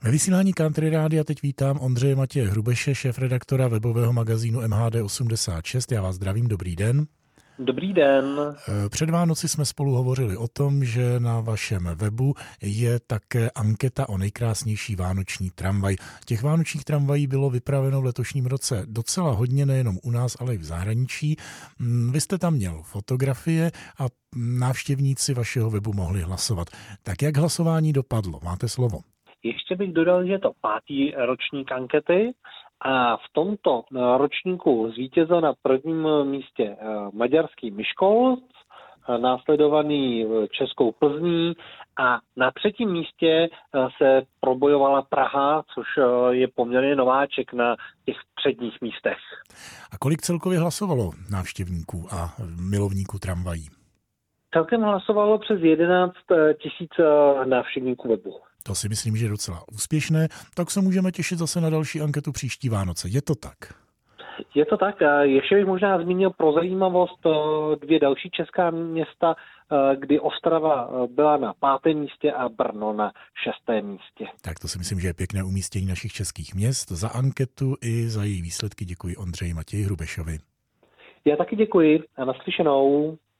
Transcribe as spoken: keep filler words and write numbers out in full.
Ve vysílání Country Rádia teď vítám Ondřeje Matěje Hrubeše, šéfredaktora webového magazínu M H D osmdesát šest. Já vás zdravím, dobrý den. Dobrý den. Před Vánoci jsme spolu hovořili o tom, že na vašem webu je také anketa o nejkrásnější vánoční tramvaj. Těch vánočních tramvají bylo vypraveno v letošním roce docela hodně, nejenom u nás, ale i v zahraničí. Vy jste tam měl fotografie a návštěvníci vašeho webu mohli hlasovat. Tak jak hlasování dopadlo? Máte slovo. Ještě bych dodal, že je to pátý ročník ankety a v tomto ročníku zvítězil na prvním místě maďarský Miskolc, následovaný českou Plzní a na třetím místě se probojovala Praha, což je poměrně nováček na těch předních místech. A kolik celkově hlasovalo návštěvníků a milovníků tramvají? Celkem hlasovalo přes jedenáct tisíc návštěvníků webu. To si myslím, že je docela úspěšné, tak se můžeme těšit zase na další anketu příští Vánoce. Je to tak? Je to tak. Ještě bych možná zmínil pro zajímavost dvě další česká města, kdy Ostrava byla na pátém místě a Brno na šestém místě. Tak to si myslím, že je pěkné umístění našich českých měst. Za anketu i za její výsledky děkuji Ondřeji Matěji Hrubešovi. Já taky děkuji a naslyšenou.